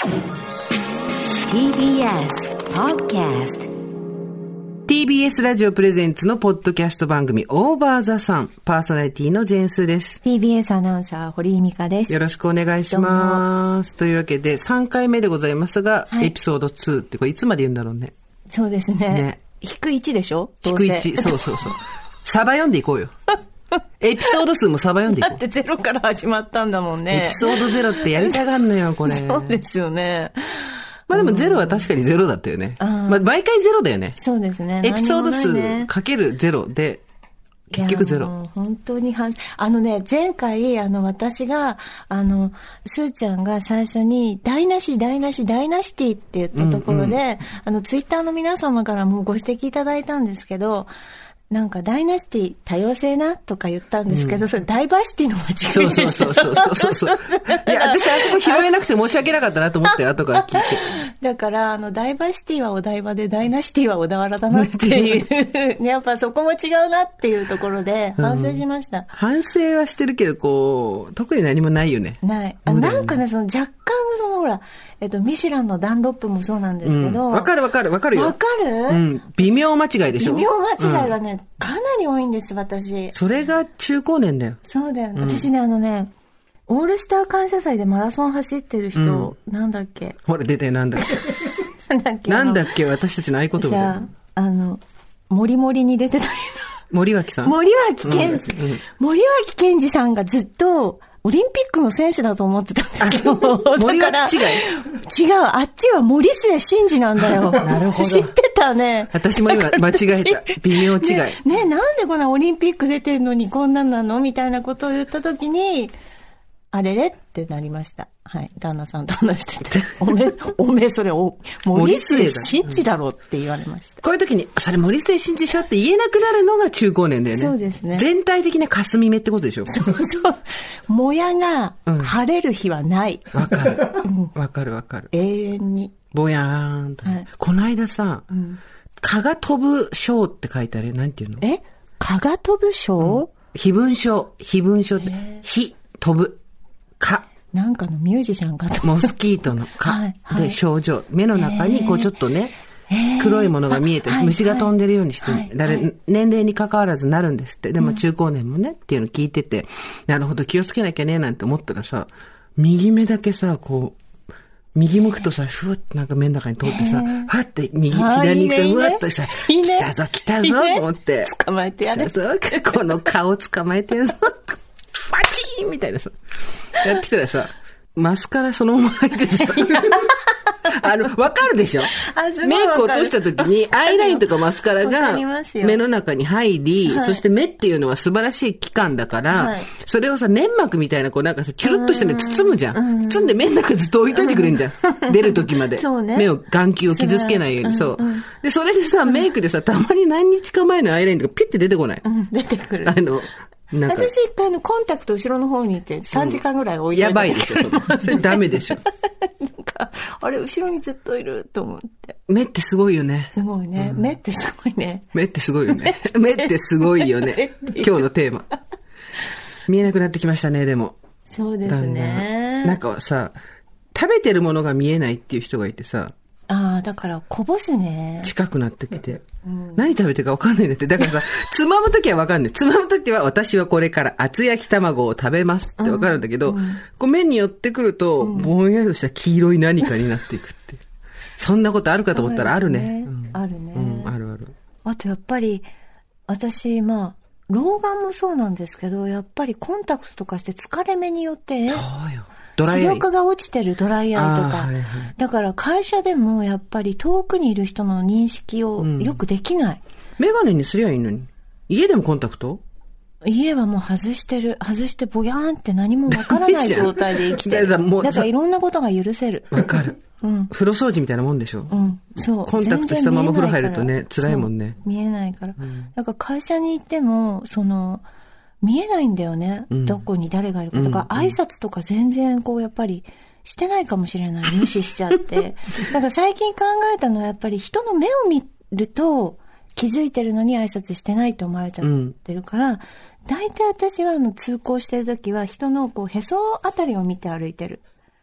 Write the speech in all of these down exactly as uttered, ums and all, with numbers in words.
ティービーエス Podcast。 ティービーエス ラジオプレゼンツのポッドキャスト番組オーバーザさん、パーソナリティのジェーンスーです。 ティービーエス アナウンサー堀井美香です。 よろしくお願いします。というわけでさんかいめでございますが、はい、エピソードにってこれいつまで言うんだろうね。 そうですね。ね、引くいちでしょ。 引くいち、そうそうそう。サバ読んでいこうよ。エピソード数もサバ読んでいこう。 だってゼロから始まったんだもんね。 エピソードゼロってやりたがんのよこれ。 そうですよね。 まあでもゼロは確かにゼロだったよね。あ、まあ、毎回ゼロだよね。 そうですね。 エピソード数かけるゼロで結局ゼロ。 もう本当にはんあのね、前回あの私があのスーちゃんが最初に台無し台無し台無しティって言ったところで、うんうん、あのツイッターの皆様からもご指摘いただいたんですけど、なんかダイナシティ多様性なとか言ったんですけど、うん、それダイバーシティの間違いでした。 そうそうそうそうそうそう。いや、私あそこ拾えなくて申し訳なかったなと思って後から聞いて。 だからあのダイバーシティはお台場でダイナシティは小田原だなっていうやっぱそこも違うなっていうところで反省しました。うん、 反省はしてるけどこう特に何もないよね。 ない。あ、なんかね、その若干そのほらえっとミシュランのダンロップもそうなんですけど。 わ、うん、かるわかるわかるよ。 わかる？ うん。微妙間違いでしょ。 微妙間違いがね、うん、かなり多いんです私。 それが中高年だよ。 そうだよ、ね。うん、私ねあのね。オールスター感謝祭でマラソン走ってる人、うん、なんだっけ。 ほら出てなんだっけ。なんだっけ。なんだっけ私たちの合言葉だよ。 あのモリモリに出てた森脇さん。 森脇健児、うんうん、森脇健児さんがずっとオリンピックの選手だと思ってたんだけど。 森脇違い。 違う、あっちは森末慎二なんだよ。 なるほど。 知ってたね。 私も今間違えた。微妙違い。 ね、ね、なんでこんなオリンピック出てるのにこんなんなのみたいなことを言ったときに、あれれってなりました。はい。旦那さんと話してて。おめ、おめ、それ、お、森末慎二だろって言われました。 こういう時に、それ森末慎二でしょって言えなくなるのが中高年だよね。 そうですね。 全体的な霞目ってことでしょ。 そうそう。もやが晴れる日はない。 わ、うん、かる。わかるわかる。 永遠に。 ぼやーんと。はい、この間さ、うん、蚊が飛ぶ章って書いてある。なんていうの？ え？蚊が飛ぶ章？うん、 飛蚊症。飛蚊症って、飛、飛ぶ。蚊。 なんかのミュージシャンかと。 モスキートの蚊、はいはい、で症状。目の中にこうちょっとね、黒いものが見えて、虫が飛んでるようにして、はいはい、誰、年齢に関わらずなるんですって。でも中高年もね、うん、っていうの聞いてて、なるほど気をつけなきゃねなんて思ったらさ、右目だけさ、こう、右向くとさ、ふわってなんか目の中に通ってさ、ふわって右、左に行くと、ふわっとさ、いいね、来たぞ来たぞと思って。 捕まえてやる。 この顔捕まえてやるぞ。パチーンみたいなさ。やってたらさ、マスカラそのまま入っててさ、あの、わかるでしょ？メイク落とした時にアイラインとかマスカラが目の中に入り、はい、そして目っていうのは素晴らしい器官だから、はい、それをさ、粘膜みたいなこうなんかさ、チュルッとしてね、包むじゃん。包んで目の中ずっと置いといてくれんじゃん。出る時まで。そうね。目を、眼球を傷つけないように、そう。で、それでさ、メイクでさ、たまに何日か前のアイラインとかピュッて出てこない。 うん、出てくる。 あの、 私一回のコンタクト後ろの方にいてさんじかんぐらい置いて、うん、 やばいでしょ。そ, それダメでしょ。 なんかあれ後ろにずっといると思って。 目ってすごいよね。 すごいね、うん、目ってすごいね。 目ってすごいよね。目ってすごいよね。今日のテーマ見えなくなってきましたね。でもそうですね。 なんかさ、食べてるものが見えないっていう人がいてさ、 ああ、だからこぼすね。 近くなってきて、うん、何食べてるか分かんないんだって。だからさ、つまむときは分かんない。つまむときは私はこれから厚焼き卵を食べますって分かるんだけど、うんうん、こう麺に寄ってくると、うん、ぼんやりとした黄色い何かになっていくっていう。そんなことあるかと思ったらあるね。 あるね。 うん、あるある。 あとやっぱり私まあ老眼もそうなんですけど、やっぱりコンタクトとかして疲れ目によって。 そうよ。視力が落ちてるドライアイとか、はいはい、だから会社でもやっぱり遠くにいる人の認識をよくできない、うん、 メガネにすりゃいいのに。家でもコンタクト？ 家はもう外してる。外してぼやーんって何もわからない状態で生きてる。だからいろんなことが許せる。 わかる、うん、風呂掃除みたいなもんでしょ、 うん、そう。 コンタクトしたまま風呂入るとね辛いもんね。 見えないから、うん、だから会社に行ってもその見えないんだよね、うん、どこに誰がいるかとか、うん、挨拶とか全然こうやっぱりしてないかもしれない。無視しちゃってだから最近考えたのはやっぱり人の目を見ると気づいてるのに挨拶してないと思われちゃってるから、うん、大体私はあの通行してる時は人のこうへそあたりを見て歩いてる。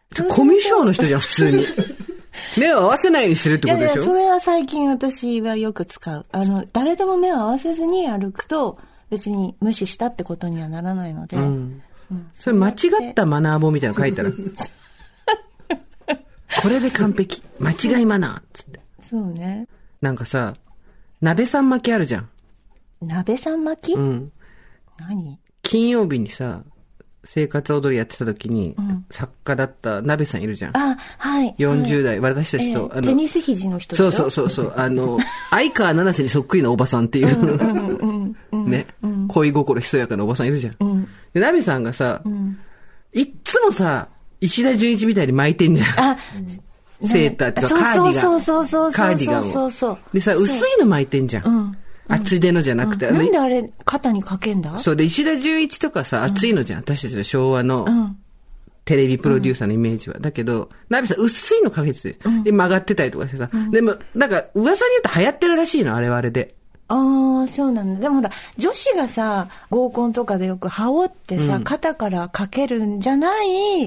コミュ障の人じゃん、普通に。目を合わせないようにしてるってことでしょ？いやいや、 それは最近私はよく使う。あの、誰とも目を合わせずに歩くと、別に無視したってことにはならないので。うんうん、それ間違ったマナー本みたいなの書いたら。これで完璧。間違いマナーっつって。 そうね。 なんかさ、鍋さん巻きあるじゃん。 鍋さん巻き？ うん。 何？ 金曜日にさ、生活踊りやってた時に、うん、作家だった鍋さんいるじゃん。 あ、はい。 よんじゅう代、はい、私たちと、 えー、あのテニス肘の人そうそうそうそう。あの、相川七瀬にそっくりなおばさんっていう、うんうんうん、ね、うん、恋心ひそやかなおばさんいるじゃん。うん、で、鍋さんがさ、うん、いっつもさ、石田純一みたいに巻いてんじゃん。あ、セーターっていうかカーディガン。 そうそうそうそう。 カーディガンを。 そうそうそう。 でさ、薄いの巻いてんじゃん。うん厚手のじゃなくて、 うん、なんであれ肩にかけんだ？ そうで、石田純一とかさ、厚いのじゃん、うん、私たちの昭和のテレビプロデューサーのイメージは。うん、だけど、ナビさん薄いのかけてて、うん、で曲がってたりとかしてさ、うん、でも、なんか噂によって流行ってるらしいの、あれはあれで。 ああ、そうなんだ。でもほら、女子がさ、合コンとかでよく羽織ってさ、うん、肩からかけるんじゃない、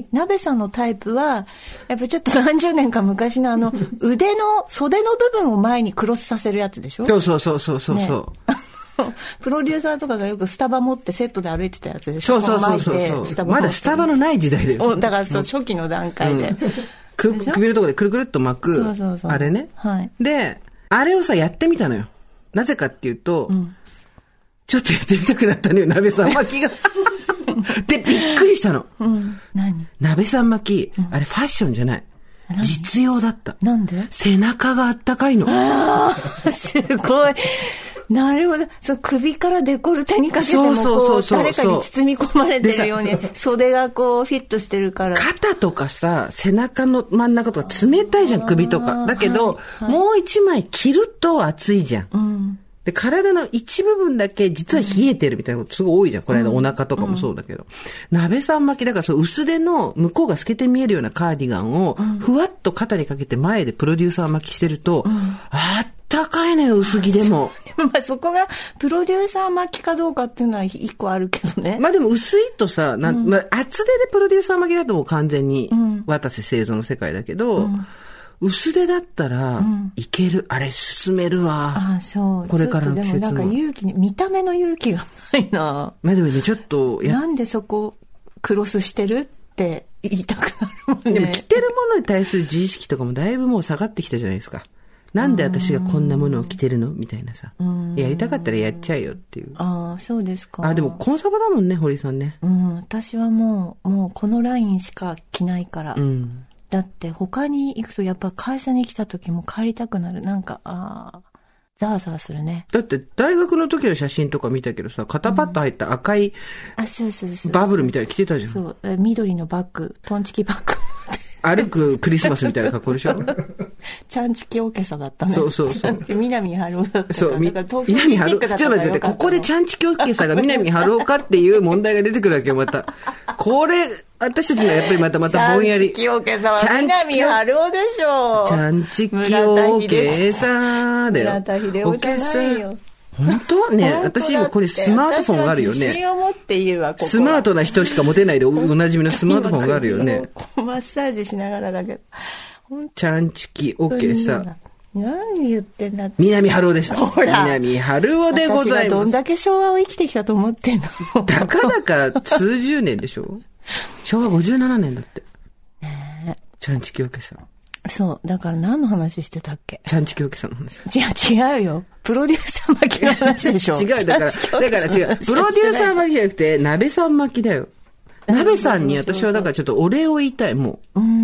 鍋さんのタイプは、やっぱちょっと何十年か昔のあの、腕の、袖の部分を前にクロスさせるやつでしょ？ そうそうそうそうそう。ね、 プロデューサーとかがよくスタバ持ってセットで歩いてたやつでしょ？そうそうそうそうそう。まだスタバのない時代で。 そう、だからそう初期の段階で。うん、 く首のところでくるくるっと巻く、そうそうそうあれね。はい。で、あれをさ、やってみたのよ。なぜかっていうと、うん、ちょっとやってみたくなったのよ、鍋さん巻きが。で、びっくりしたの。うん、何？鍋さん巻き、うん、あれファッションじゃない。実用だった。 なんで？ 背中があったかいの。 ああ、すごい。なるほど。そう、首からデコルテにかけてもこう、誰かに包み込まれてるように、袖がこうフィットしてるから。 肩とかさ、背中の真ん中とか冷たいじゃん、首とか。だけど、はいはい、もう一枚着ると暑いじゃん。うん、で、体の一部分だけ実は冷えてるみたいなことすごい多いじゃん。この間お腹とかもそうだけど。うん、鍋さん巻きだからそう薄手の向こうが透けて見えるようなカーディガンをふわっと肩にかけて前でプロデューサー巻きしてると、うん、あったかいのよ、薄着でも。 まあそこがプロデューサー巻きかどうかっていうのは一個あるけどね。 まあでも薄いとさ、なん、うん、まあ厚手でプロデューサー巻きだともう完全に渡瀬製造の世界だけど、うん薄手だったら、いける、うん、あれ進めるわ。 ああ、そう。 これからの季節も。 でもなんか勇気に、見た目の勇気がないな。 まあでもね、ちょっとや、 なんでそこ、クロスしてるって言いたくなるもんね。 でも着てるものに対する自意識とかもだいぶもう下がってきたじゃないですか。なんで私がこんなものを着てるのみたいなさ。やりたかったらやっちゃえよっていう。 ああ、そうですか。 あ、でもコンサバだもんね、堀さんね。 うん、私はもう、もうこのラインしか着ないから。うんだって他に行くとやっぱ会社に来た時も帰りたくなる。なんか、ああ、ザーザーするね。 だって大学の時の写真とか見たけどさ、肩パッド入った赤い、うん、あ、そうそうそう。バブルみたいに着てたじゃん。 そう、緑のバッグ、トンチキバッグ。 歩くクリスマスみたいな格好でしょちゃんちきおけさだったね。 そうそうそう。 南春夫だったから。 そう、み南春夫。ちょっと待って、ここでちゃんちきおけさが南春夫かっていう問題が出てくるわけよ、また。これ、私たちのやっぱりまたまたぼんやり。 ちゃんちきおけさは南春夫でしょ。 ちゃんちきおけさだよ。 村田秀夫じゃないよ。 本当ね、私今これスマートフォンがあるよね。 自信を持って言うわ、ここスマートな人しか持てないでおなじみのスマートフォンがあるよね。 マッサージしながらだけど。 ちゃんちきオッケーさ。 何言ってんだって。 南春夫でした。 ほら。 南春夫でございます。 私がどんだけ昭和を生きてきたと思ってんの。 たかだか数十年でしょ昭和ごじゅうななねんだって。 ねえ。 ちゃんちきオッケーさん。 そう。だから何の話してたっけ？ ちゃんちきおけさんの話。 違う違うよ。プロデューサー巻きの話でしょ。 違う、だから、だから違う。プロデューサー巻きじゃなくて、鍋さん巻きだよ。鍋さんに私はだからちょっとお礼を言いたい、もう。うん。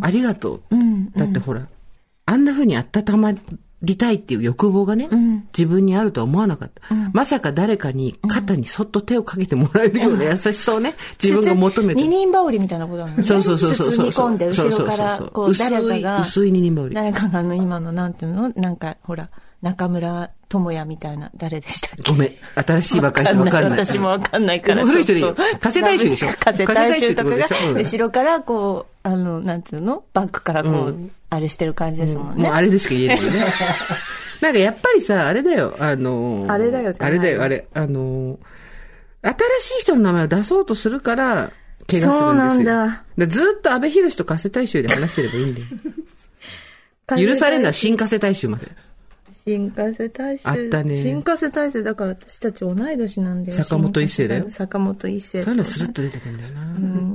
ありがとう。うん。だってほら、あんな風に温まりたいっていう欲望がね、うん、自分にあるとは思わなかった、うん。まさか誰かに肩にそっと手をかけてもらえるような優しさをね、自分が求めて。 二人羽織みたいなことなのね。 そうそうそうそう。 包み込んで後ろからこう誰かが薄い二人羽織。 誰かがあの今のなんていうのなんかほら中村智也みたいな誰でしたっけ？ ごめん、新しいばかりってわかんない。 私もわかんないから。 古い人に加瀬大衆でしょ。 加瀬大衆とかが後ろからこうあのなんていうのバックからこう、うん、あれしてる感じですもんね。 うん、もうあれでしか言えないよね。なんかやっぱりさ、あれだよ、あのー、 あれだよじゃない。 あれだよ、あれ、あのー、新しい人の名前を出そうとするから、 怪我するんですよ。 そうなんだ。 だずっと安倍博と加瀬大衆で話してればいいんだよ。許されるのは新加瀬大衆まで。 新加瀬大衆。 あったね。 新加瀬大衆だから私たち同い年なんだよ。 坂本一生だよ。 坂本一生。 そういうのスルッと出てくるんだよな。うん。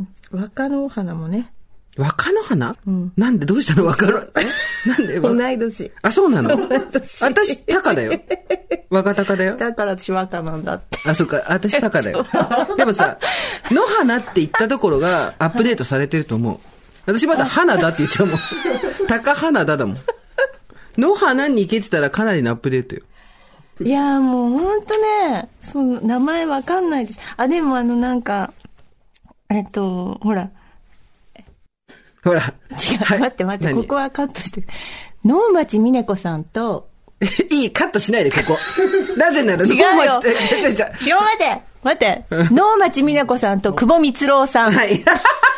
若の花もね。 若の花、 うん、 なんでどうしたの若のなんで同い年。 あ、そうなの同い年。 私、タカだよ。若タカだよ。 だから私若なんだって。 あ、そっか。私タカだよ。でもさ、野花って言ったところがアップデートされてると思う。私まだ花だって言っちゃうもん。タカ花だだもん。野花に行けてたらかなりのアップデートよ。 いやーもうほんとね、その名前わかんないです。あ、でもあのなんか、えっと、ほら、 ほら。 違う、はい、待って待って、ここはカットして。能町みね子さんと、 いい、カットしないで、ここ。なぜなら、 違うよ。違う、待って、待って。能町みね子さんと久保光郎さん。はい。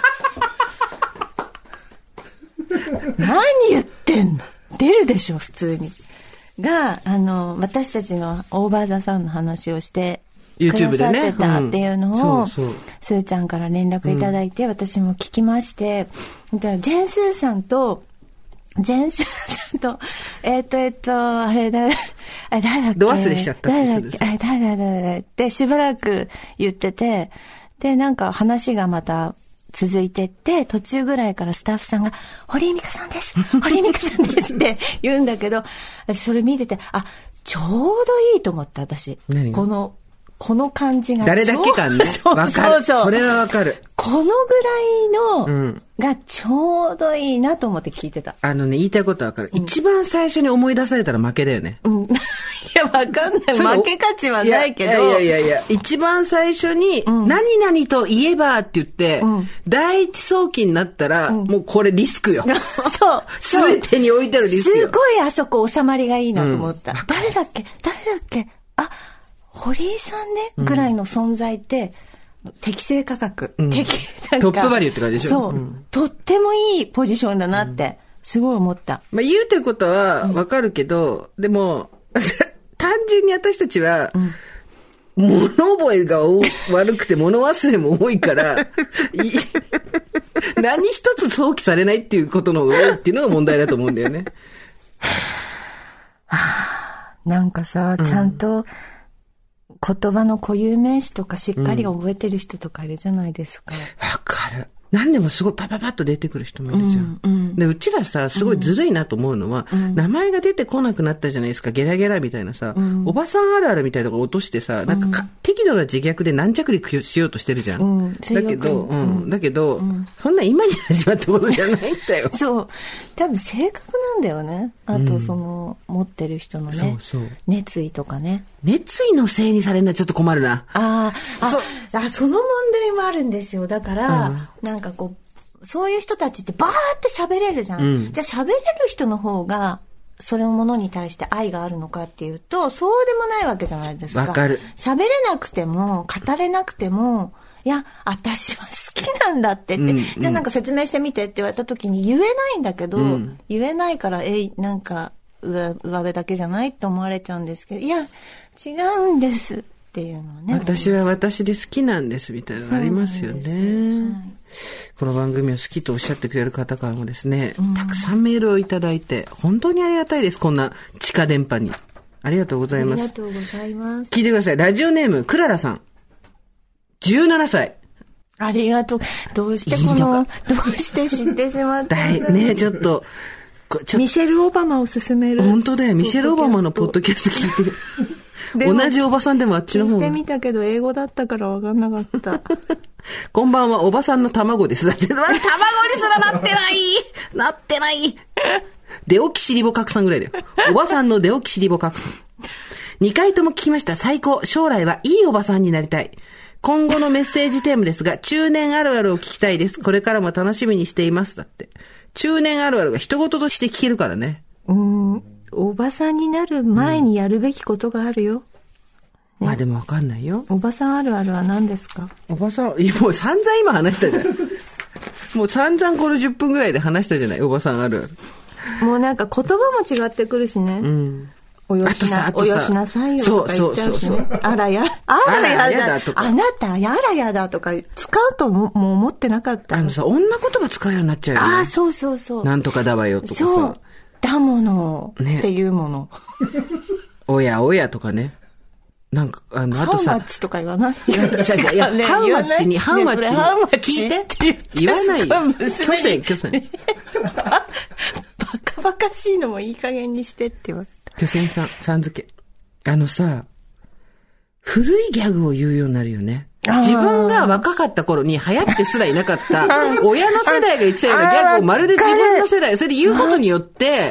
何言ってんの？出るでしょ、普通に。が、あの、私たちのオーバーザさんの話をして、 YouTube でね。 くださってたっていうのを、うん、そうそうスーちゃんから連絡いただいて、うん、私も聞きまして、ジェンスーさんと、ジェンスーさんと、えっ、ー、と、えっ、ー、と、あれだ、あれ誰だっけド忘れしちゃったって誰だっけあれ誰だ、誰だってしばらく言ってて、で、なんか話がまた続いてって、途中ぐらいからスタッフさんが、堀井美香さんです堀井美香さんですって言うんだけど、私それ見てて、あ、ちょうどいいと思った、私。 何この、この感じが誰だけ感ね。 そうわかる。 そうそう。 それはわかる。 このぐらいの、うん、がちょうどいいなと思って聞いてた。 あのね、言いたいことわかる、うん。一番最初に思い出されたら負けだよね。 うん。いや、わかんない。負け価値はないけど。 いやいやいやいや、一番最初に、うん、何々と言えばって言って、うん、第一早期になったら、うん、もうこれリスクよ。 そう。 すべてに置いてるリスクよ。 すごいあそこ収まりがいいなと思った。うん、誰だっけ誰だっけあ、堀井さんね、ぐらいの存在って、うん、適正価格、 うん、 適なんかトップバリューって感じでしょ。 そう、うん、とってもいいポジションだなって、すごい思った。 まあ言うてることはわかるけど、うん、でも、単純に私たちは、うん、物覚えが悪くて物忘れも多いから、何一つ想起されないっていうことの多いっていうのが問題だと思うんだよね。 なんかさ、ちゃんと言葉の固有名詞とかしっかり覚えてる人とかいるじゃないですか。 わ、うん、かる。何でもすごいパパパッと出てくる人もいるじゃん。うんうん、で、うちらさ、すごいずるいなと思うのは、うん、名前が出てこなくなったじゃないですか。ゲラゲラみたいなさ、うん、おばさんあるあるみたいなとこ落としてさ、なんかか、うん、適度な自虐で軟着陸しようとしてるじゃん。うん、だけど、うん、だけど、うん、そんな今に始まったことじゃないんだよ。 そう。多分性格なんだよね。あと、その、うん、持ってる人のね。そうそう。熱意とかね。 熱意のせいにされるのはちょっと困るな。 ああ、そあ、その問題もあるんですよ。だから、うん、なんかこう、そういう人たちってバーって喋れるじゃん。うん、じゃあ喋れる人の方が、それのものに対して愛があるのかっていうと、そうでもないわけじゃないですか。 わかる。 喋れなくても、語れなくても、いや、私は好きなんだってって、うんうん、じゃあなんか説明してみてって言われた時に言えないんだけど、うん、言えないから、え、なんか上、上辺だけじゃないって思われちゃうんですけど、いや、違うんです。っていうのはね、 私は私で好きなんですみたいなのありますよね、はい、この番組を好きとおっしゃってくれる方からもですね、うん、たくさんメールをいただいて本当にありがたいです。こんな地下電波にありがとうございます。 ありがとうございます。 聞いてください。ラジオネームクララさん、じゅうななさい。 ありがとう。どうしてこのどうして知ってしまったんだね。ちょっとミシェル・オバマを勧める。 本当だよ。ミシェル・オバマのポッドキャスト聞いて同じおばさんでもあっちの方聞いてみたけど英語だったから分かんなかったこんばんは、おばさんの卵です。だって卵にすらなってないなってないデオキシリボ核酸ぐらいだよ。おばさんのデオキシリボ核酸にかいとも聞きました。最高。将来はいいおばさんになりたい。今後のメッセージテーマですが、中年あるあるを聞きたいです。これからも楽しみにしています。だって中年あるあるが一言として聞けるからね。 うーん、おばさんになる前にやるべきことがあるよ、 うんね、まあでもわかんないよ。 おばさんあるあるは何ですか？ おばさん、もう散々今話したじゃんもう散々このじゅっぷんぐらいで話したじゃない、おばさんあるある。 もうなんか言葉も違ってくるしね、 うん、 およしな、およしなさいよとか言っちゃうしね。あらや、あらやだとか。あなた、やらやだとか使うとももう思ってなかった。 あのさ、女言葉使うようになっちゃうよね。 ああ、そうそうそう。 なんとかだわよとかさ。 そう。だものっていうもの。 ね、おやおやとかね。なんか、あの、あとさ。 ハウマッチとか言わない？ いや、いや、ね、ハウマッチに、ハウマッチに。 ハウマッチ聞いて言わないよ。巨船、巨船。 バカバカしいのもいい加減にしてって言われた。 巨船さん、さん付け。あのさ、古いギャグを言うようになるよね。自分が若かった頃に流行ってすらいなかった、親の世代が言ってたようなギャグをまるで自分の世代、それで言うことによって、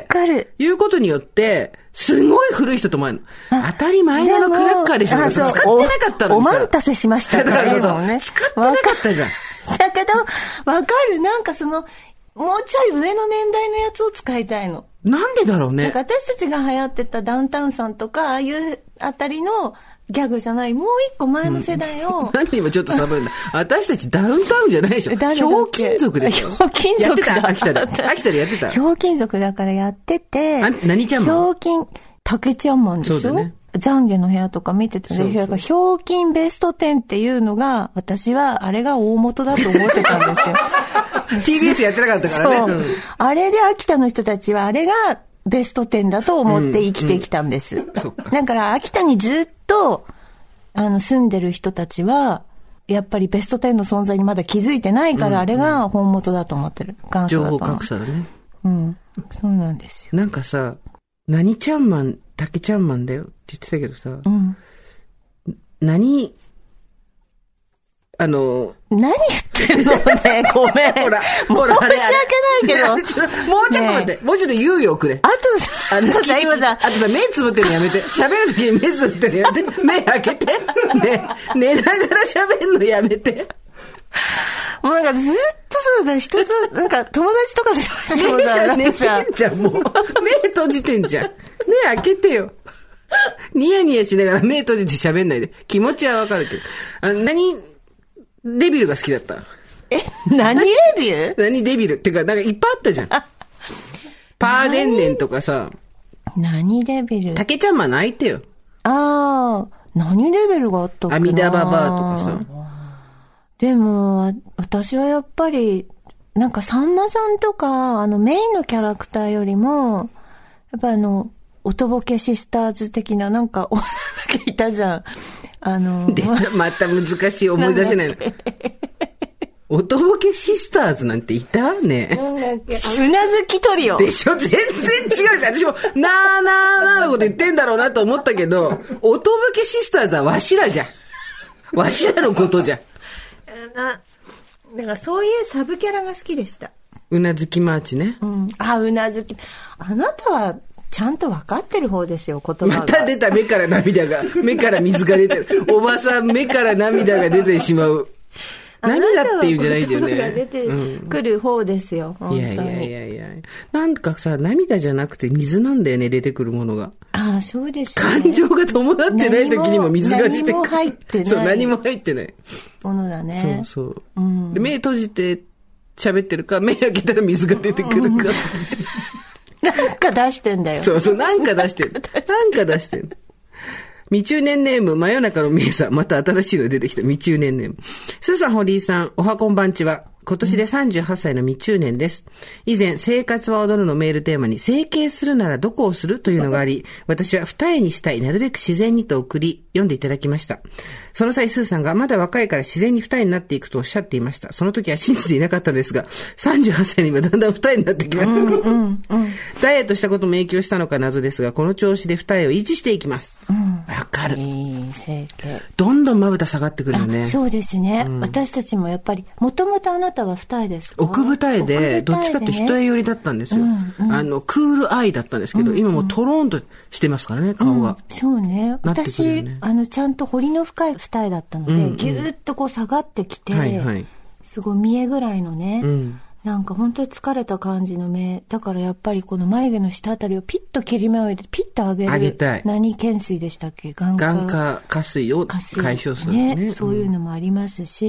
言うことによって、すごい古い人と思えるの。当たり前なのクラッカーでしょ。使ってなかったのにさ。 おまんたせしましたからそうそうね。 使ってなかったじゃん。 だけど、わかる。なんかその、もうちょい上の年代のやつを使いたいの。 なんでだろうね。 私たちが流行ってたダウンタウンさんとか、ああいうあたりのギャグじゃない、もう一個前の世代を。うん、 何今ちょっと寒いんだ。私たちダウンタウンじゃないでしょ。ひょうきん族でしょ。 ひょうきん族だ。 やってた秋田で。秋田でやってた。 ひょうきん族だからやってて。 あ、何ちゃんマン？ ひょうきん、竹ちゃんマンでしょ。そうだね。懺悔の部屋とか見てたんですけど、ひょうきんベストじゅうっていうのが、私はあれが大元だと思ってたんですよ。 ティービーエス やってなかったからね。そう。うん、 あれで秋田の人たちはあれがベストじゅうだと思って生きてきたんです。うんうん、だから秋田にずっとあの住んでる人たちは、やっぱりベストじゅうの存在にまだ気づいてないから、あれが本元だと思ってる。元祖だと思う。 情報格差だね。 うん。そうなんですよ。 なんかさ、何ちゃんマン、竹ちゃんマンだよって言ってたけどさ、うん、何、あの、 何言ってんのね、ごめん。 ほら、ほら、 申し訳ないけど。 もうちょっと待って、ね、もうちょっと猶予をくれ。 あとさ、あのさ、今さ、 あとさ、目つぶってるのやめて。喋るときに目つぶってるのやめて。目開けて。ね、寝ながら喋るのやめて。 もうなんかずっとそうだ、人と、なんか友達とかで喋ってさ、寝てんじゃん、もう。目閉じてんじゃん。目開けてよ。ニヤニヤしながら目閉じて喋んないで。気持ちはわかるけど。あの、何、デビルが好きだった。 え、何レビュー？ 何デビルってか、なんかいっぱいあったじゃん。パーデンネンとかさ。 何レベル？ 竹ちゃんマン泣いてよ。 ああ、何レベルがあったっけな。 阿弥陀ババアとかさ。 でも、私はやっぱり、なんかさんまさんとか、あのメインのキャラクターよりも、やっぱあの、おとぼけシスターズ的な、なんか、お、なんかいたじゃん。あの、 で、また難しい、思い出せないの。おとぼけシスターズなんていたね。 なんだっけ、うなずきトリオ。 でしょ、全然違うじゃん。私も、なーなーなーのこと言ってんだろうなと思ったけど、おとぼけシスターズはわしらじゃん。わしらのことじゃん。 な、なんかそういうサブキャラが好きでした。 うなずきマーチね。 うん。あ、うなずき。あなたは、ちゃんと分かってる方ですよ、言葉が。 また出た、目から涙が。目から水が出てる。おばさん、目から涙が出てしまう。涙っていうんじゃないんだよね。 涙が出てくる方ですよ、うん、 いやいやいやいや。なんかさ、涙じゃなくて水なんだよね、出てくるものが。 ああ、そうですね。 感情が伴ってない時にも水が出てくる。 何も入ってない。 そう、何も入ってない。 ものだね。 そうそう。うん、で、目閉じて喋ってるか、目開けたら水が出てくるか。うんなんか出してんだよ。 そうそう、なんか出してる。なんか出してる。未中年ネーム、真夜中の名さん。また新しいの出てきた。未中年ネーム。スーさん、堀井さん、おはこんばんちは。今年でさんじゅうはっさいの未中年です。以前、生活は踊るのメールテーマに、整形するならどこをするというのがあり、私は二重にしたい、なるべく自然にと送り、読んでいただきました。その際、スーさんがまだ若いから自然に二重になっていくとおっしゃっていました。その時は信じていなかったのですが、さんじゅうはっさいにはだんだん二重になってきました。うんうんうん、ダイエットしたことも影響したのか謎ですが、この調子で二重を維持していきます。わ、うん、かる。 いい整形。 どんどんまぶた下がってくるよね。 そうですね。うん、私たちもやっぱり、もともとあなたは二重ですか？ 奥二重で、どっちかって一重寄りだったんですよ。うんうん、あの、クールアイだったんですけど、うんうん、今もうトローンとしてますからね、顔が。うん、 そうね。私、ね、あの、ちゃんと彫りの深い二重だったので、うんうん、ぎゅーっとこう下がってきて、はいはい、すごい見えぐらいのね、うん、なんか本当に疲れた感じの目。だからやっぱりこの眉毛の下あたりをピッと切り目を入れて、ピッと上げる。 上げたい。 何懸垂でしたっけ？眼科。 眼科下垂を解消するね。 ね。 そういうのもありますし。うん、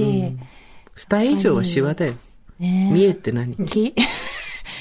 二重以上はシワだよ。ね、見えって何？き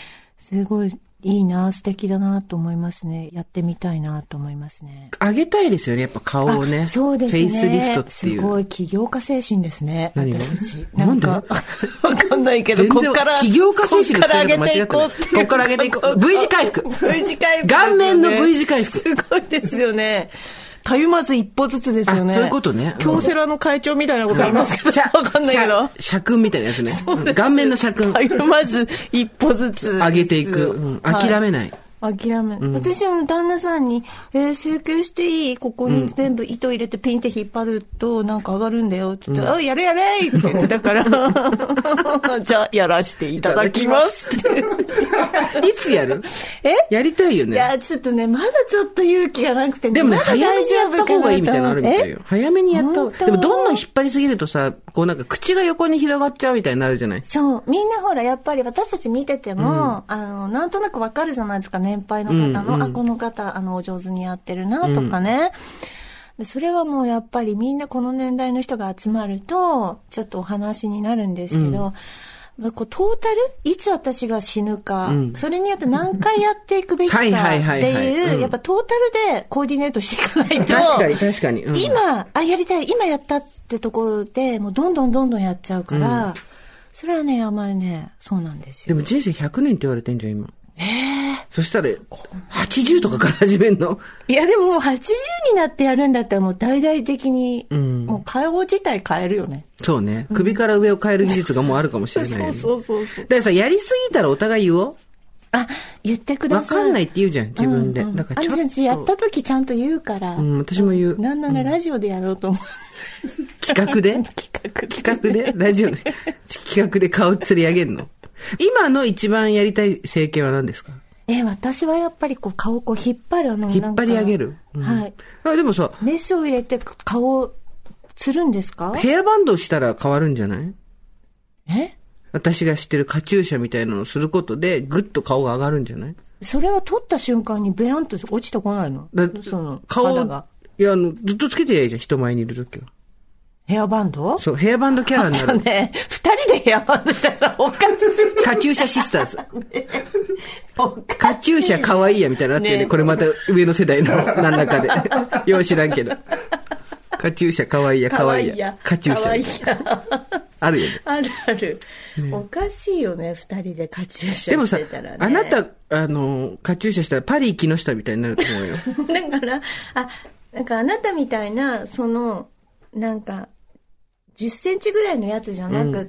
すごいいいな、素敵だなと思いますね。やってみたいなと思いますね。 上げたいですよね、やっぱ顔をね。 そうですね。 フェイスリフトっていう。 すごい起業家精神ですね。 何が私たち。 なんでわかんないけど、こっから。 起業家精神の使い方間違ってない。こっから上げていこう。V 字回復。 V 字回復。 顔面の V 字回復。 すごいですよね。たゆまず一歩ずつですよね。 そういうことね。 京セラの会長みたいなことありますけど、わかんないけど。 社訓みたいなやつね。顔面の社訓。 たゆまず一歩ずつ。 上げていく。うん、諦めない。 諦め、うん、私も旦那さんに、えー、整形していい？ここに全部糸入れてピンって引っ張るとなんか上がるんだよって言って、うん、あ、やれやれって言ってたから、じゃあやらしていただきますって。 いつやる？え？やりたいよね。 いや、ちょっとね、まだちょっと勇気がなくて、ね、 でもね、ま、早めにやった方がいいみたいなのあるみたいよ。早めにやった方が。でもどんどん引っ張りすぎるとさ、こうなんか口が横に広がっちゃうみたいになるじゃない？そう。みんなほら、やっぱり私たち見てても、うん、あの、なんとなくわかるじゃないですか、年配の方の。うんうん、あ、この方、あの、お上手にやってるな、とかね、うん。で、それはもうやっぱりみんなこの年代の人が集まると、ちょっとお話になるんですけど、うん、こうトータルいつ私が死ぬか、うん、それによって何回やっていくべきかっていう、やっぱトータルでコーディネートしていかないと。 確かに確かに。うん、 今、あ、やりたい、今やったってところで、もうどんどんどんどんやっちゃうから、うん、それはね、あんまりね、そうなんですよ。 でも人生ひゃくねんって言われてんじゃん、今。 ええー。 そしたら、はちじゅうとかから始めんの？ いや、でももうはちじゅうになってやるんだったらもう大々的に、うん、もう顔自体変えるよね。 そうね。首から上を変える技術がもうあるかもしれない、ね。 そうそうそうそう。 だからさ、やりすぎたらお互い言おう。 あ、言ってください。 わかんないって言うじゃん、自分で。うんうん、だからちょっと。 私やった時ちゃんと言うから。 うん、私も言う。 なんならラジオでやろうと思う。 うん、企画で企画で。 企画でラジオで。企画で顔釣り上げるの。今の一番やりたい整形は何ですか？ え、私はやっぱりこう顔をこう引っ張るあの引っ張り上げる、 うん、はい。 あ、でもさ、 メスを入れて顔をつるんですか？ ヘアバンドをしたら変わるんじゃない？ え？ 私が知ってるカチューシャみたいなのをすることでぐっと顔が上がるんじゃない？ それは取った瞬間にベヤンと落ちてこないの？だその顔がいやあのずっとつけてりゃいいじゃん、人前にいるときは。 ヘアバンド？ そう、ヘアバンドキャラになる。 ね、二人でヘアバンドしたらおかしい。 カチューシャシスターズ。カチューシャ可愛いやみたいになってるね。これまた上の世代の何らかで。よう知らんけど。カチューシャ可愛いや可愛いや。カチューシャ。可愛いや。あるよね。 あるある。ね、おかしいよね、二人でカチューシャしてたらね。 でもさ、あなた、あの、カチューシャしたらパリ木下みたいになると思うよ。 だから、あ、なんかあなたみたいな、その、なんか、じゅっセンチぐらいのやつじゃなくって、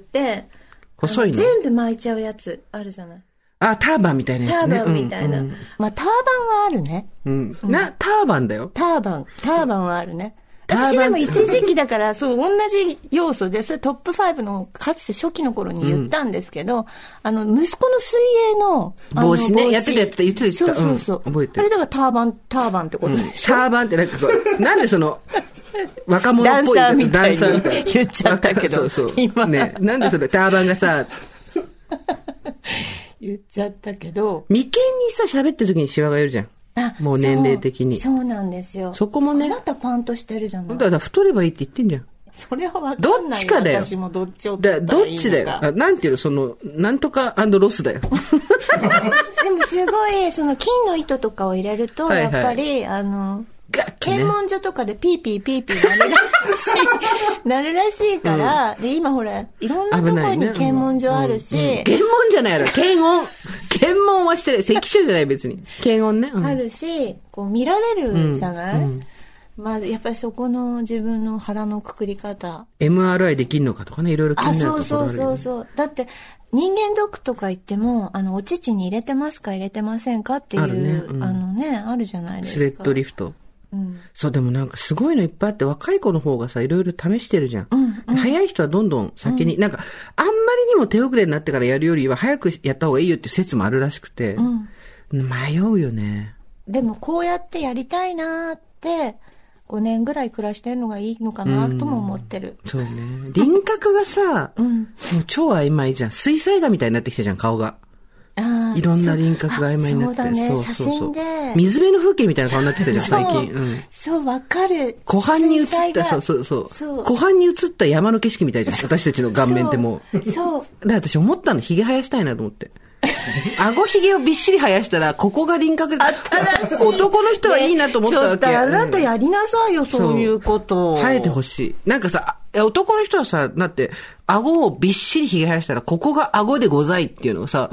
うん、細いの全部巻いちゃうやつあるじゃない。 あ、ターバンみたいなやつね。 ターバンみたいな。うんうん、まあ、ターバンはあるね。 うん。な、ターバンだよ。 ターバン。ターバンはあるね。私でも一時期だから、そう、同じ要素で、それトップファイブの、かつて初期の頃に言ったんですけど、うん、あの、息子の水泳の、 帽子ね、やってたやってた、言ってたそうそうそう、 うん。覚えてる。 あれだからターバン、ターバンってことでしょ、 うん、ターバンってなんかこう、なんでその、若者っぽいダンサーみたいに言っちゃったけど。 そうそう。今。ね。なんでそれ、ターバンがさ、 言っちゃったけど。 眉間にさ、喋ってる時にシワがいるじゃん。あ、もう年齢的に。 そう、そうなんですよ。 そこもね。 あなたパンとしてるじゃない。 だから太ればいいって言ってんじゃん。 それは分かんない。 どっちかだよ。 私もどっちを取ったらいいのか。どっちだよ。あ、なんていうの、その、なんとか&ロスだよ。でもすごい、その金の糸とかを入れると、はいはい、やっぱり、あの、検問所とかでピーピーピーピーなるらしい、なるらしいから、うん、で、今ほら、いろんなところに検問所あるし、ねうんうん、 検問じゃないやろ、検温。検問はしてない。関所じゃない別に。検温ね。 うん、あるし、こう見られるじゃない、うんうん、まあ、やっぱりそこの自分の腹のくくり方。 エムアールアイ できんのかとかね、いろいろ気になるところあるよね。 あ、そうそうそうそう。だって、人間ドックとか行っても、あの、お乳に入れてますか入れてませんかっていう、あるね、うん、あのね、あるじゃないですか。 スレッドリフト。 うん、 そう、でもなんかすごいのいっぱいあって、若い子の方がさ、いろいろ試してるじゃん。 うんうん、 早い人はどんどん先に、うん、なんか、あんまりにも手遅れになってからやるよりは早くやった方がいいよっていう説もあるらしくて、うん、迷うよね。 でもこうやってやりたいなーって、ごねんぐらい暮らしてるのがいいのかなとも思ってる。 うん、そうね。輪郭がさ、うん、もう超曖昧じゃん。水彩画みたいになってきたじゃん、顔が。 あいろんな輪郭が曖昧になって。 そうだね、 そうそうそう写真で。 水辺の風景みたいな顔になってたじゃん、最近。うん、 そう、わかる。 湖畔に映った、そうそうそう。そう湖畔に映った山の景色みたいじゃん、私たちの顔面ってもう。 そう。 だから私思ったの、髭生やしたいなと思って。 顎ひげをびっしり生やしたら、ここが輪郭で、男の人はいいなと思ったわけ。 ちょっとあなたやりなさいよ、うん、そういうことを。 生えてほしい。なんかさ、男の人はさ、だって、顎をびっしりひげ生やしたら、ここが顎でございっていうのがさ、うん、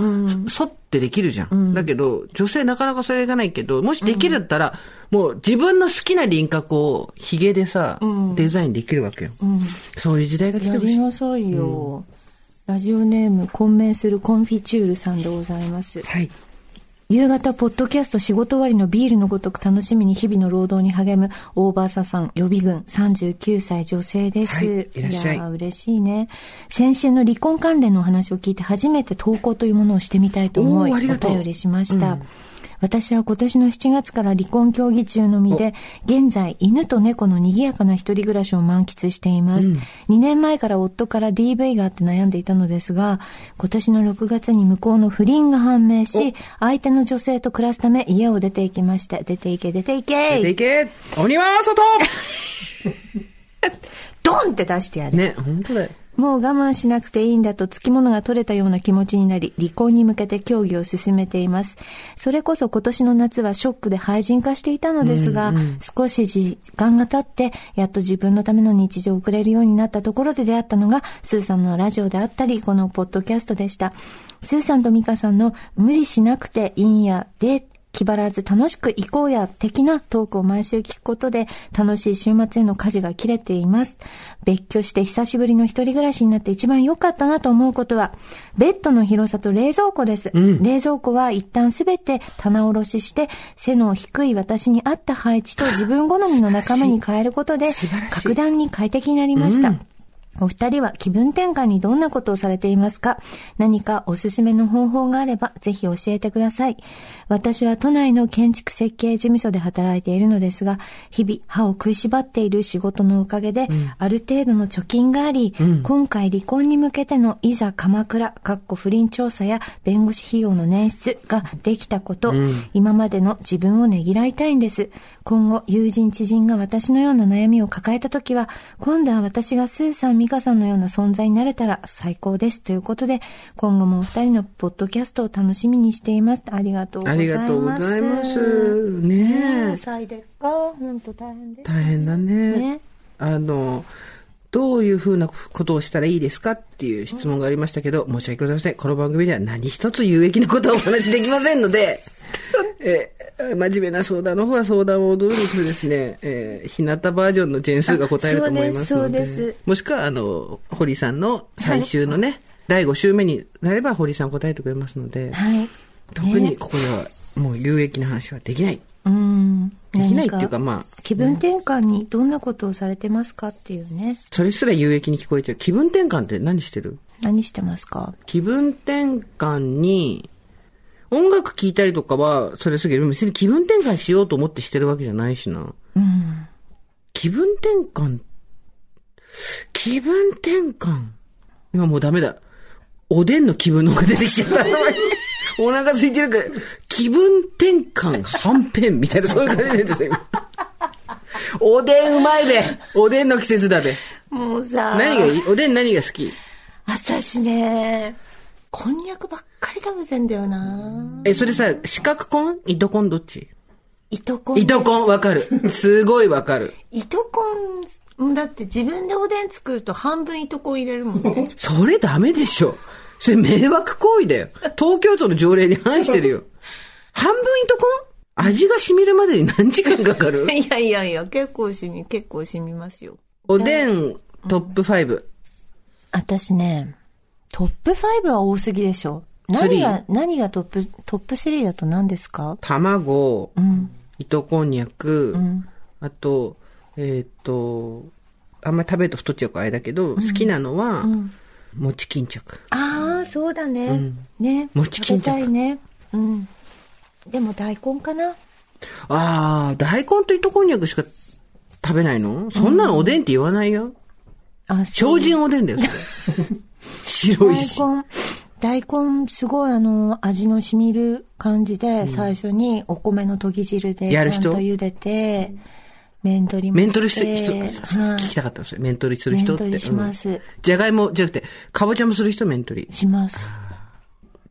そってできるじゃん。うん、だけど、女性なかなかそれがないけど、もしできるんだったら、うん、もう自分の好きな輪郭をひげでさ、うん、デザインできるわけよ。うん、そういう時代が来てほしい。 やりなさいよ。うんラジオネーム、混迷するコンフィチュールさんでございます。 はい。 夕方、ポッドキャスト仕事終わりのビールのごとく楽しみに日々の労働に励む大場佐さん、予備軍、さんじゅうきゅうさい女性です。 はい、いらっしゃい。 いや嬉しいね。先週の離婚関連のお話を聞いて初めて投稿というものをしてみたいと思い、お便りしました。うん私は今年のしちがつから離婚協議中の身で、現在犬と猫の賑やかな一人暮らしを満喫しています、うん。にねんまえから夫から ディーブイ があって悩んでいたのですが、今年のろくがつに向こうの不倫が判明し、相手の女性と暮らすため家を出て行きました。出て行け、出て行け。 出て行け。鬼は外ドンって出してやる。 ね、本当だよ。 もう我慢しなくていいんだとつきものが取れたような気持ちになり、離婚に向けて協議を進めています。それこそ今年の夏はショックで廃人化していたのですが、うんうん、少し時間が経って、やっと自分のための日常を送れるようになったところで出会ったのが、スーさんのラジオであったり、このポッドキャストでした。スーさんとミカさんの無理しなくていいんやで、気張らず楽しく行こうや的なトークを毎週聞くことで楽しい週末への舵が切れています。別居して久しぶりの一人暮らしになって一番良かったなと思うことはベッドの広さと冷蔵庫です、うん、冷蔵庫は一旦すべて棚卸しして背の低い私に合った配置と自分好みの仲間に変えることで格段に快適になりました、うんお二人は気分転換にどんなことをされていますか？何かおすすめの方法があればぜひ教えてください。私は都内の建築設計事務所で働いているのですが、日々歯を食いしばっている仕事のおかげで、うん、ある程度の貯金があり、うん、今回離婚に向けてのいざ鎌倉、かっこ不倫調査や弁護士費用の捻出ができたこと、うん、今までの自分をねぎらいたいんです。今後友人知人が私のような悩みを抱えたときは、今度は私がスーさんミカさんのような存在になれたら最高ですということで、今後もお二人のポッドキャストを楽しみにしています。ありがとうございます。ありがとうございます。ねえ。再でっか、本当大変です、ね。 大変だね。ね。あの、どういうふうなことをしたらいいですかっていう質問がありましたけど、申し訳ございません。この番組では何一つ有益なことはお話しできませんので、え真面目な相談の方は相談をどうにかですね、えー、日向バージョンのジェンスーが答えると思いますので、そうですそうです。もしくはあの堀さんの最終のね、はい、だいご週目になれば堀さん答えてくれますので、はい、特にここではもう有益な話はできない。うん、できないっていうかまあ気分転換にどんなことをされてますかっていうね。 それすら有益に聞こえちゃう。気分転換って何してる？ 何してますか？ 気分転換に音楽聴いたりとかはそれすぎる。別に気分転換しようと思ってしてるわけじゃないしな。うん。気分転換気分転換今もうダメだ。おでんの気分の方が出てきちゃった。お腹空いてるから気分転換はんぺんみたいなそういう感じですよ。おでんうまいべ。おでんの季節だべ。 もうさ。 何がいい？おでん何が好き？ 私ね、こんにゃくばっかり食べてんだよな。 え、それさ、四角コン？糸コンどっち？ 糸コン。 糸コンわかる。すごいわかる。 糸コン、だって自分でおでん作ると半分糸コン入れるもんね。 それダメでしょ。それ迷惑行為だよ。東京都の条例に反してるよ。半分糸コン？味が染みるまでに何時間かかる？ いやいやいや、結構染み、結構染みますよ。 おでんトップファイブ、うん。私ね、トップファイブは多すぎでしょ。何が、何がトップ、トップスリーだと何ですか？ 卵、うん、糸こんにゃく、うん、あと、えっと、あんまり食べると太っちゃうからあれだけど、うん、好きなのは、うん、餅巾着。 ああ、そうだね。うん、ね。 餅巾着。 食べたいね。うん。でも大根かな。 ああ、大根と糸こんにゃくしか食べないの？そんなのおでんって言わないよ。うん、あ、そう。精進おでんだよ、それ。白いし。 大根。大根すごいあの味の染みる感じで、うん、最初にお米のとぎ汁でちゃんと茹でて面取りもして。 面取りして人、はい、聞きたかったんですよ。面取りする人って。 面取りします。 じゃがいもじゃなくてかぼちゃもする人面取りします。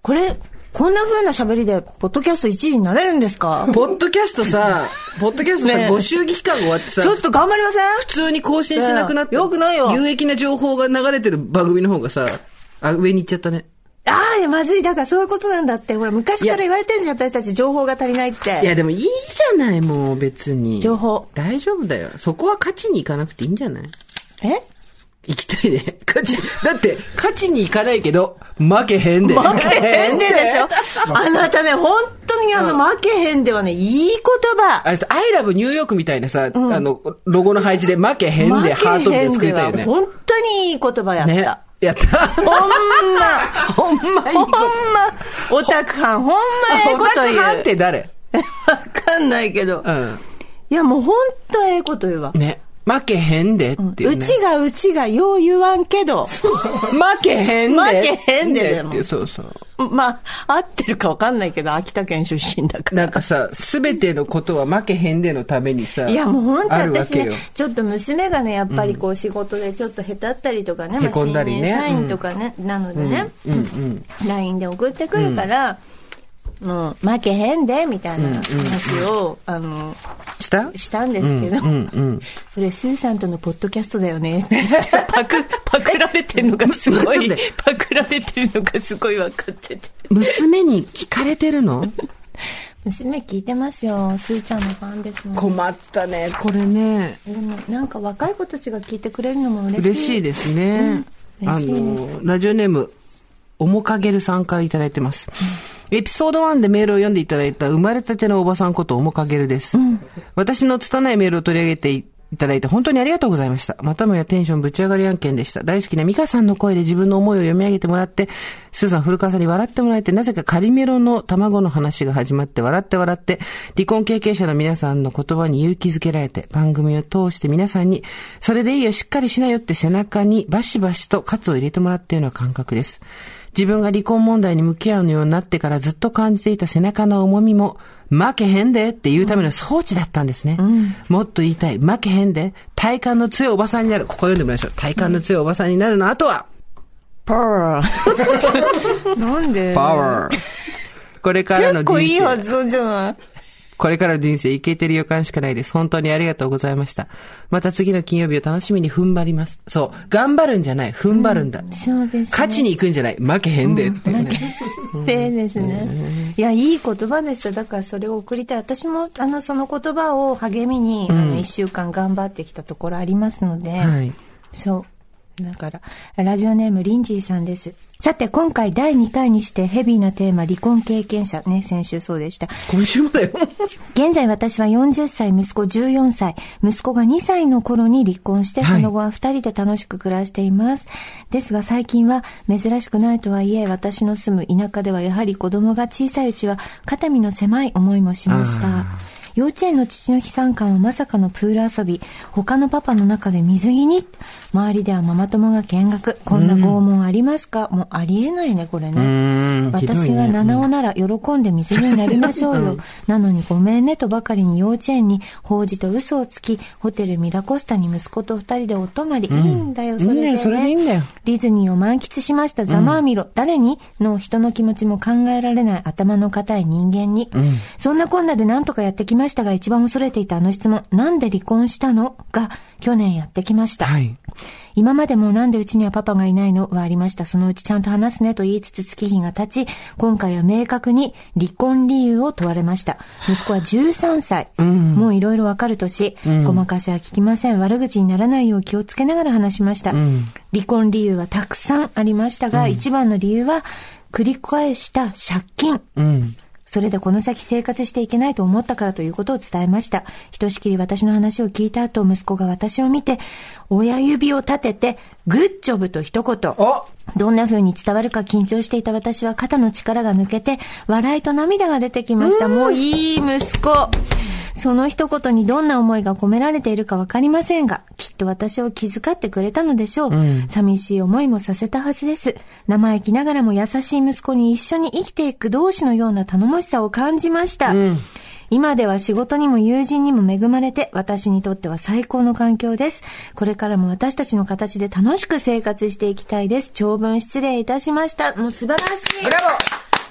これ、こんな風な喋りで、ポッドキャストいちいになれるんですか？ ポッドキャストさ、ポッドキャストさ、ね、ご祝儀期間が終わってさ、 ちょっと頑張りません？ 普通に更新しなくなって、 ね、よくないよ。 有益な情報が流れてる番組の方がさ、あ、上に行っちゃったね。 ああ、まずい。だからそういうことなんだって。ほら、昔から言われてんじゃん、私たち情報が足りないって。 いや、でもいいじゃない、もう別に。 情報。 大丈夫だよ。そこは勝ちに行かなくていいんじゃない？ え？ 行きたいね。勝ち、だって、勝ちに行かないけど、負けへんで。 負けへんででしょあなたね、本当にあの、負けへんではね、いい言葉。 あれさ、アイラブニューヨークみたいなさ、うん、あの、ロゴの配置で負けへんでハートみたいな作りたいよね。 本当にいい言葉やった。 ね、やった。 ほんま。 ほんまいい。 ほんま。オタクはん、ほんまええこと言う。 オタクはんって誰？ わかんないけど。うん。いや、もうほんとええこと言うわ。 ね。負けへんでっていう、ね、 うちがうちがよう言わんけど。 負けへんで。 負けへんででも。 そうそう。 まあ、合ってるかわかんないけど、秋田県出身だから。 なんかさ、すべてのことは負けへんでのためにさ。 いやもう本当私ね、ちょっと娘がね、やっぱりこう仕事でちょっと下手ったりとかね、うん、まあ、新入社員とかね、うん、なのでね、うんうんうん、ライン で送ってくるから、うん、もう負けへんでみたいな話を、うんうん、あのしたしたんですけど、うんうんうん、それスーさんとのポッドキャストだよねパクパクられてるのがすごいパクられてるのがすごい分かってて、 娘に聞かれてるの？ 娘聞いてますよ。スーちゃんのファンですもん。 困ったねこれね。 でもなんか若い子たちが聞いてくれるのも嬉しい。 嬉しいですね、うん、嬉しいです。あのラジオネームおもかげるさんからいただいてます、うん、エピソードワンでメールを読んでいただいた生まれたてのおばさんことおもかげるです、うん、私の拙いメールを取り上げていただいて本当にありがとうございました。またもやテンションぶち上がり案件でした。大好きなミカさんの声で自分の思いを読み上げてもらって、スーさん古川さんに笑ってもらえて、なぜかカリメロの卵の話が始まって笑って笑って、離婚経験者の皆さんの言葉に勇気づけられて、番組を通して皆さんにそれでいいよしっかりしなよって背中にバシバシと喝を入れてもらったような感覚です。自分が離婚問題に向き合うようになってからずっと感じていた背中の重みも負けへんでっていうための装置だったんですね、うん、もっと言いたい。負けへんで体幹の強いおばさんになる。ここ読んでもらいましょう。体幹の強いおばさんになるの後はパワーなんでパワー。これからの人生結構いい発音じゃない。 これからの人生いけてる予感しかないです。本当にありがとうございました。また次の金曜日を楽しみに踏ん張ります。そう。頑張るんじゃない。踏ん張るんだ。 うん、そうですね。 勝ちに行くんじゃない。負けへんでって、ね。 うん、負けへんでですね。いや、いい言葉でした。だからそれを送りたい。私も、あの、その言葉を励みに、うん、あの、一週間頑張ってきたところありますので。はい。そう。だから、ラジオネームリンジーさんです。さて、今回だいにかいにしてヘビーなテーマ、離婚経験者ね、先週そうでした。 今週もだよ。 現在私はよんじゅっさい、息子じゅうよんさい、息子がにさいの頃に離婚して、その後はふたりで楽しく暮らしています。はい、ですが最近は珍しくないとはいえ、私の住む田舎ではやはり子供が小さいうちは肩身の狭い思いもしました。幼稚園の父の日参観はまさかのプール遊び、他のパパの中で水着に、周りではママ友が見学、こんな拷問ありますか？もうありえないねこれね。私が七尾なら喜んで水着になりましょうよ、うん、なのにごめんねとばかりに幼稚園に法事と嘘をつき、ホテルミラコスタに息子と二人でお泊まり、うん、いいんだよそれでね、 それでいいんだよ。 ディズニーを満喫しました。ざまあみろ、うん、誰にの人の気持ちも考えられない頭の固い人間に、うん、そんなこんなでなんとかやってきましたが、一番恐れていたあの質問、なんで離婚したのが去年やってきました、はい、今までもなんでうちにはパパがいないのはありました。そのうちちゃんと話すねと言いつつ月日が経ち、今回は明確に離婚理由を問われました。息子はじゅうさんさい、うん、もういろいろわかる年、うん、ごまかしは聞きません。悪口にならないよう気をつけながら話しました、うん、離婚理由はたくさんありましたが、うん、一番の理由は繰り返した借金、うん、それでこの先生活していけないと思ったからということを伝えました。ひとしきり私の話を聞いた後、息子が私を見て親指を立ててグッジョブと一言。どんな風に伝わるか緊張していた私は肩の力が抜けて笑いと涙が出てきました。もういい息子。その一言にどんな思いが込められているかわかりませんが、きっと私を気遣ってくれたのでしょう、うん、寂しい思いもさせたはずです。生意気ながらも優しい息子に一緒に生きていく同志のような頼もしさを感じました、うん、今では仕事にも友人にも恵まれて、私にとっては最高の環境です。これからも私たちの形で楽しく生活していきたいです。長文失礼いたしました。もう素晴らしい。 ブラボー。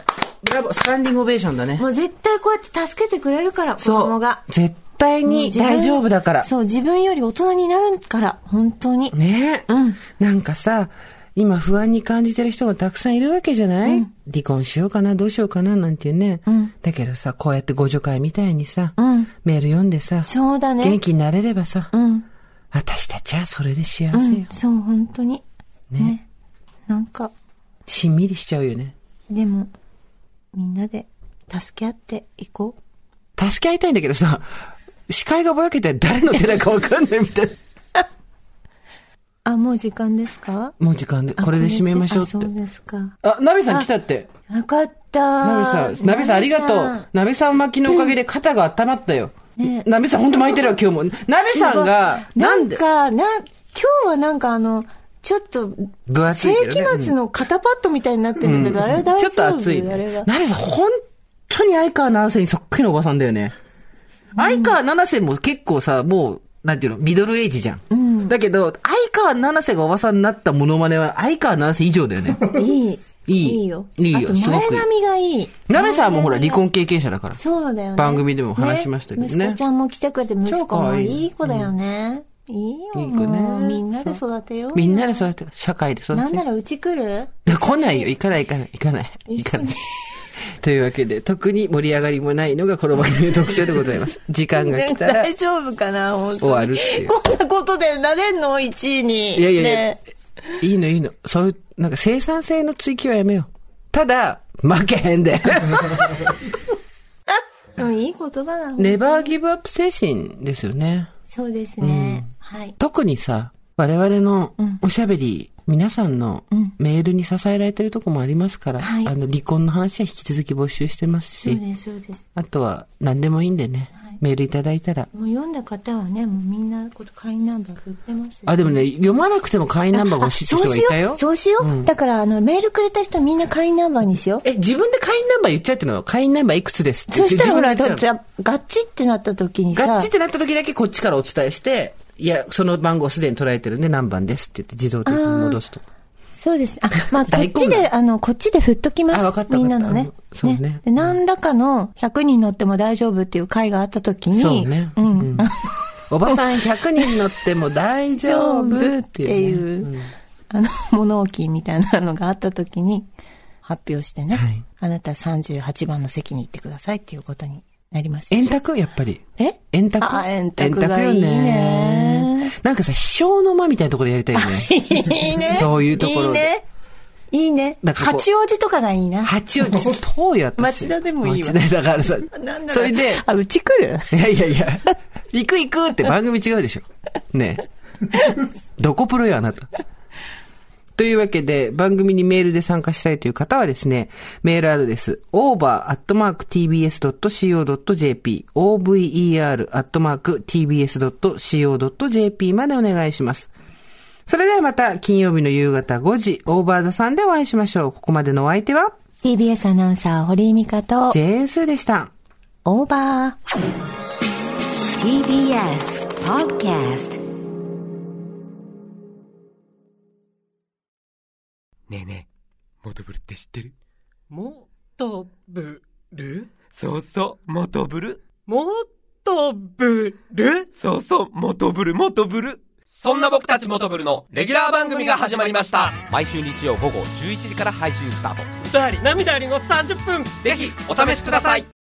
ブラボー、スタンディングオベーションだね。 もう絶対こうやって助けてくれるから、子供が。 絶対に大丈夫だから。 そう、自分より大人になるから、本当に。 ねえ。うん。なんかさ、今不安に感じてる人がたくさんいるわけじゃない、うん、離婚しようかな、どうしようかな、なんていうね。うん、だけどさ、こうやってご助会みたいにさ、うん、メール読んでさ、 そうだね。 元気になれればさ、うん、私たちはそれで幸せよ。うん、 そう、本当に。ね。ね、なんか。 しんみりしちゃうよね。 でも、みんなで助け合っていこう。 助け合いたいんだけどさ、視界がぼやけて誰の手だかわかんないみたいな。 あ、もう時間ですか？ もう時間で、これで締めましょうって。 そうですか。 あ、ナビさん来たって。 よかった。 ナビさん、ナビさんありがとう。ナビさん巻きのおかげで肩が温まったよ。ね、ナビさんほんと巻いてるわ、今日も。ナビさんが、 なんでなんか、な、今日はなんかあの、ちょっと、世紀末の肩パッドみたいになってるんだけど、うん、あれ大丈夫？ ちょっと熱い。ナビさん、本当に相川七瀬にそっくりのおばさんだよね。うん、相川七瀬も結構さ、もう、なんていうの、ミドルエイジじゃん。うん、だけど、相川七瀬がおばさんになったモノマネは、相川七瀬以上だよね。 いい。 いい。 いいよ。 いいよ。 すごく。前髪がいい。 ナベさんもほら、離婚経験者だから。 そうだよね。 番組でも話しましたけどね。 ね、息子ちゃんも来てくれて、息子もいい子だよね。うん、いいよ。いい子ね。みんなで育てよう。 みんなで育てよう。社会で育てよう。 なんならうち来る？ 来ないよ。行かない行かない。行かない。行かない。というわけで、特に盛り上がりもないのがこの番組の特徴でございます。時間が来たら。 大丈夫かな、本当に。 終わるっていう。 こんなことでなれんの ?いち 位に。 いやいやいや、ね、いいのいいの。そういう、なんか生産性の追求はやめよう。ただ、負けへんで。 でもいい言葉だ。 ネバーギブアップ精神ですよね。 そうですね。うん、はい。 特にさ、我々のおしゃべり、うん、皆さんのメールに支えられてるとこもありますから、うん、あの離婚の話は引き続き募集してますし、 そうですそうです。 あとは何でもいいんでね、はい、メールいただいたら。 もう読んだ方はね、もうみんな会員ナンバー振ってますよ、ね。 あ、でもね、読まなくても会員ナンバーが欲しいって人がいたよ。 そうしよう。そうしよう。うん、だからあのメールくれた人みんな会員ナンバーにしよう。 え、自分で会員ナンバー言っちゃうっていうのは会員ナンバーいくつですって言って。 そしたらほら、ガッチってなった時にさ。 ガッチってなった時だけこっちからお伝えして、いや、その番号すでに捉えてるんで何番ですって言って自動的に戻すと。 そうです。あ、まあ、こっちで、あの、こっちで振っときます。 あ、わかった。 みんなのね。 そうね。 ねで何らかのひゃくにん乗っても大丈夫っていう会があった時に。 そうね。うん。うん、おばさんひゃくにん乗っても大丈夫っていう、ね。っていう、うん、あの、物置みたいなのがあった時に発表してね。はい、あなたさんじゅうはちばんの席に行ってくださいっていうことになります。 円卓やっぱり。 え円卓あ、円卓がいいね。 なんかさ、秘書の間みたいなところでやりたいよね。 いいね。 そういうところ。いいね。いいね。八王子とかがいいな。 八王子、遠いやつ。 町田でもいいわ。 町田だからさ。 なんだそれで。 あ、うち来る？ いやいやいや。行く行くって番組違うでしょ。ねえ。どこプロよ、あなた。というわけで、番組にメールで参加したいという方はですね、メールアドレス、オーバー アットマーク ティービーエスドットシーオードットジェーピー、オーブイイーアール アットマーク ティービーエスドットシーオードットジェーピー までお願いします。それではまた金曜日の夕方ごじ、オーバーザさんでお会いしましょう。ここまでのお相手は、 ティービーエス アナウンサー、堀井美香と、 ジェーンスーでした。 オーバー。 ティービーエス Podcast。 ねえねえ、モトブルって知ってる？ モトブル？ そうそう、モトブル。 モトブル？ そうそう、モトブル、モトブル。そんな僕たちモトブルのレギュラー番組が始まりました。毎週日曜午後じゅういちじから配信スタート。 歌あり涙ありのさんじゅっぷん。 ぜひお試しください。